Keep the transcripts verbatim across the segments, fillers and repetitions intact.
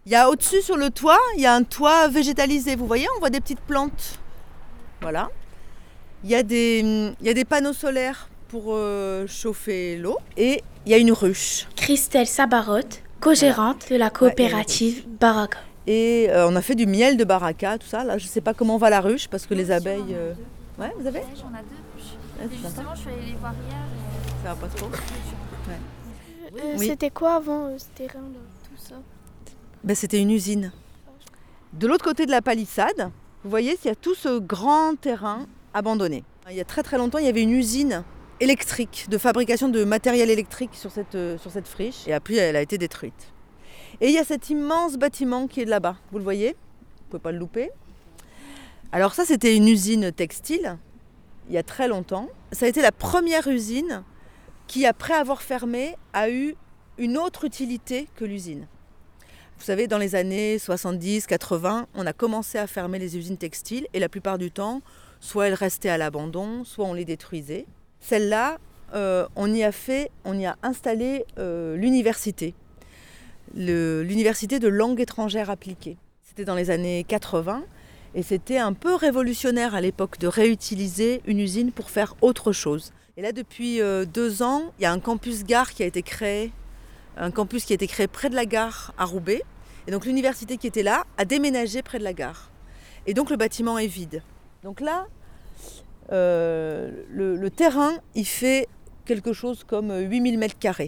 Il y a au-dessus sur le toit, il y a un toit végétalisé. Vous voyez, on voit des petites plantes. Voilà. Il y a des, il y a des panneaux solaires pour euh, chauffer l'eau. Et il y a une ruche. Christelle Sabarotte, co-gérante de la coopérative Baraka. Et euh, on a fait du miel de baraka, tout ça. Là, je ne sais pas comment va la ruche parce que les abeilles. Euh... Ouais, vous avez ? J'en ai deux ruches. Ouais, Et justement, je suis allée les voir hier. Et... Ça va pas trop. Euh, Oui. C'était quoi avant euh, ce terrain là, tout ça? Ben, c'était une usine. De l'autre côté de la palissade, vous voyez, il y a tout ce grand terrain abandonné. Il y a très très longtemps, il y avait une usine électrique, de fabrication de matériel électrique sur cette, euh, sur cette friche. Et après, elle a été détruite. Et il y a cet immense bâtiment qui est là-bas. Vous le voyez ? Vous ne pouvez pas le louper. Alors ça, c'était une usine textile, il y a très longtemps. Ça a été la première usine qui, après avoir fermé, a eu une autre utilité que l'usine. Vous savez, dans les années soixante-dix quatre-vingts, on a commencé à fermer les usines textiles et la plupart du temps, soit elles restaient à l'abandon, soit on les détruisait. Celle-là, euh, on y a fait, on y a installé euh, l'université, le, l'université de langue étrangère appliquée. C'était dans les années quatre-vingts et c'était un peu révolutionnaire à l'époque de réutiliser une usine pour faire autre chose. Et là, depuis euh, deux ans, il y a un campus gare qui a été créé, un campus qui a été créé près de la gare à Roubaix. Et donc l'université qui était là a déménagé près de la gare. Et donc le bâtiment est vide. Donc là, euh, le, le terrain, il fait quelque chose comme huit mille mètres carrés.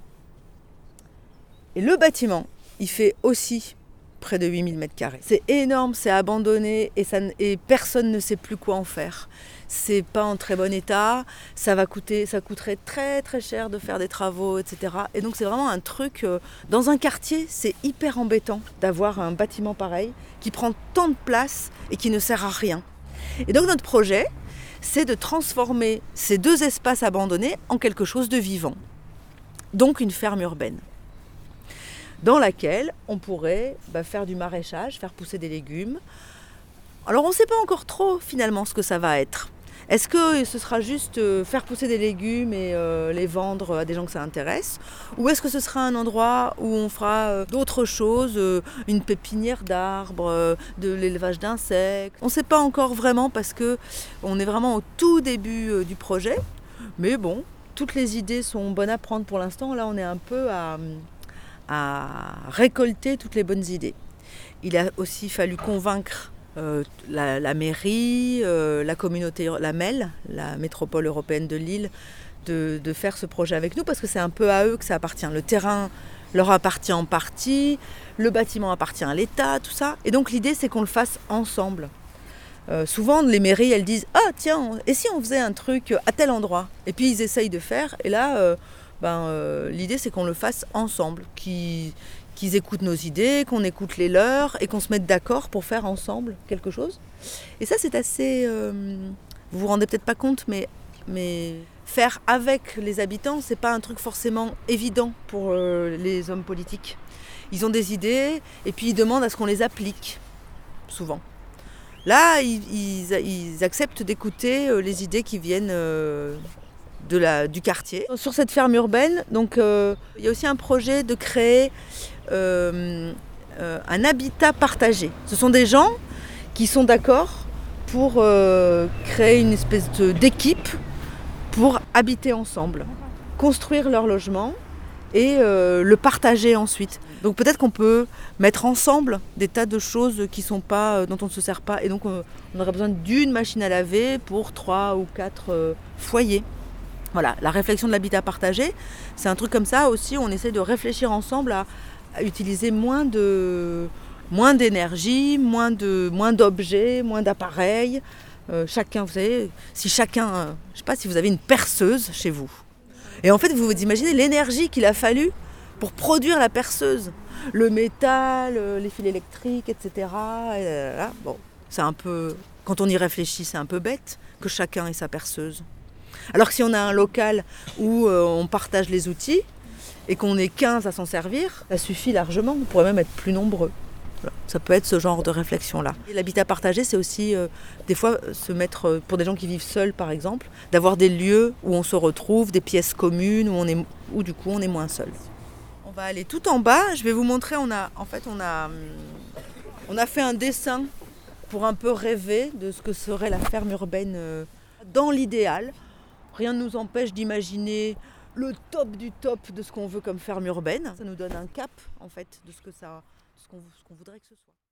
Et le bâtiment, il fait aussi près de huit mille mètres carrés. C'est énorme, c'est abandonné et, ça, et personne ne sait plus quoi en faire. C'est pas en très bon état, ça va coûter, ça coûterait très très cher de faire des travaux, et cetera. Et donc c'est vraiment un truc, euh, dans un quartier, c'est hyper embêtant d'avoir un bâtiment pareil qui prend tant de place et qui ne sert à rien. Et donc notre projet, c'est de transformer ces deux espaces abandonnés en quelque chose de vivant. Donc une ferme urbaine, dans laquelle on pourrait bah, faire du maraîchage, faire pousser des légumes. Alors on ne sait pas encore trop finalement ce que ça va être. Est-ce que ce sera juste euh, faire pousser des légumes et euh, les vendre à des gens que ça intéresse ? Ou est-ce que ce sera un endroit où on fera euh, d'autres choses, euh, une pépinière d'arbres, euh, de l'élevage d'insectes ? On ne sait pas encore vraiment parce qu'on est vraiment au tout début euh, du projet. Mais bon, toutes les idées sont bonnes à prendre pour l'instant. Là, on est un peu à, à récolter toutes les bonnes idées. Il a aussi fallu convaincre Euh, la, la mairie, euh, la communauté, la M E L, la métropole européenne de Lille, de, de faire ce projet avec nous parce que c'est un peu à eux que ça appartient. Le terrain leur appartient en partie, le bâtiment appartient à l'État, tout ça. Et donc l'idée c'est qu'on le fasse ensemble. Euh, souvent les mairies elles disent « Ah tiens, et si on faisait un truc à tel endroit ?» Et puis ils essayent de faire et là euh, ben, euh, l'idée c'est qu'on le fasse ensemble, qu'ils, qu'ils écoutent nos idées, qu'on écoute les leurs et qu'on se mette d'accord pour faire ensemble quelque chose. Et ça, c'est assez... Euh, vous vous rendez peut-être pas compte, mais, mais faire avec les habitants, c'est pas un truc forcément évident pour euh, les hommes politiques. Ils ont des idées et puis ils demandent à ce qu'on les applique, souvent. Là, ils, ils, ils acceptent d'écouter euh, les idées qui viennent... Euh, De la, du quartier. Sur cette ferme urbaine, donc, euh, il y a aussi un projet de créer euh, euh, un habitat partagé. Ce sont des gens qui sont d'accord pour euh, créer une espèce de, d'équipe pour habiter ensemble, construire leur logement et euh, le partager ensuite. Donc peut-être qu'on peut mettre ensemble des tas de choses qui sont pas, dont on ne se sert pas. Et donc on, on aurait besoin d'une machine à laver pour trois ou quatre euh, foyers. Voilà, la réflexion de l'habitat partagé, c'est un truc comme ça aussi, on essaie de réfléchir ensemble à, à utiliser moins, de, moins d'énergie, moins, de, moins d'objets, moins d'appareils. Euh, chacun, vous savez, si chacun, euh, je ne sais pas si vous avez une perceuse chez vous. Et en fait, vous vous imaginez l'énergie qu'il a fallu pour produire la perceuse. Le métal, les fils électriques, et cetera. Et là, là, bon, c'est un peu, quand on y réfléchit, c'est un peu bête que chacun ait sa perceuse. Alors que si on a un local où euh, on partage les outils et qu'on est quinze à s'en servir, ça suffit largement, on pourrait même être plus nombreux. Voilà. Ça peut être ce genre de réflexion-là. Et l'habitat partagé, c'est aussi euh, des fois se mettre, pour des gens qui vivent seuls par exemple, d'avoir des lieux où on se retrouve, des pièces communes, où, on est, où du coup on est moins seul. va aller tout en bas. Je vais vous montrer. On a, en fait, on a, on a fait un dessin pour un peu rêver de ce que serait la ferme urbaine euh, dans l'idéal. Rien ne nous empêche d'imaginer le top du top de ce qu'on veut comme ferme urbaine. Ça nous donne un cap en fait de ce que ça, de ce qu'on, ce qu'on voudrait que ce soit.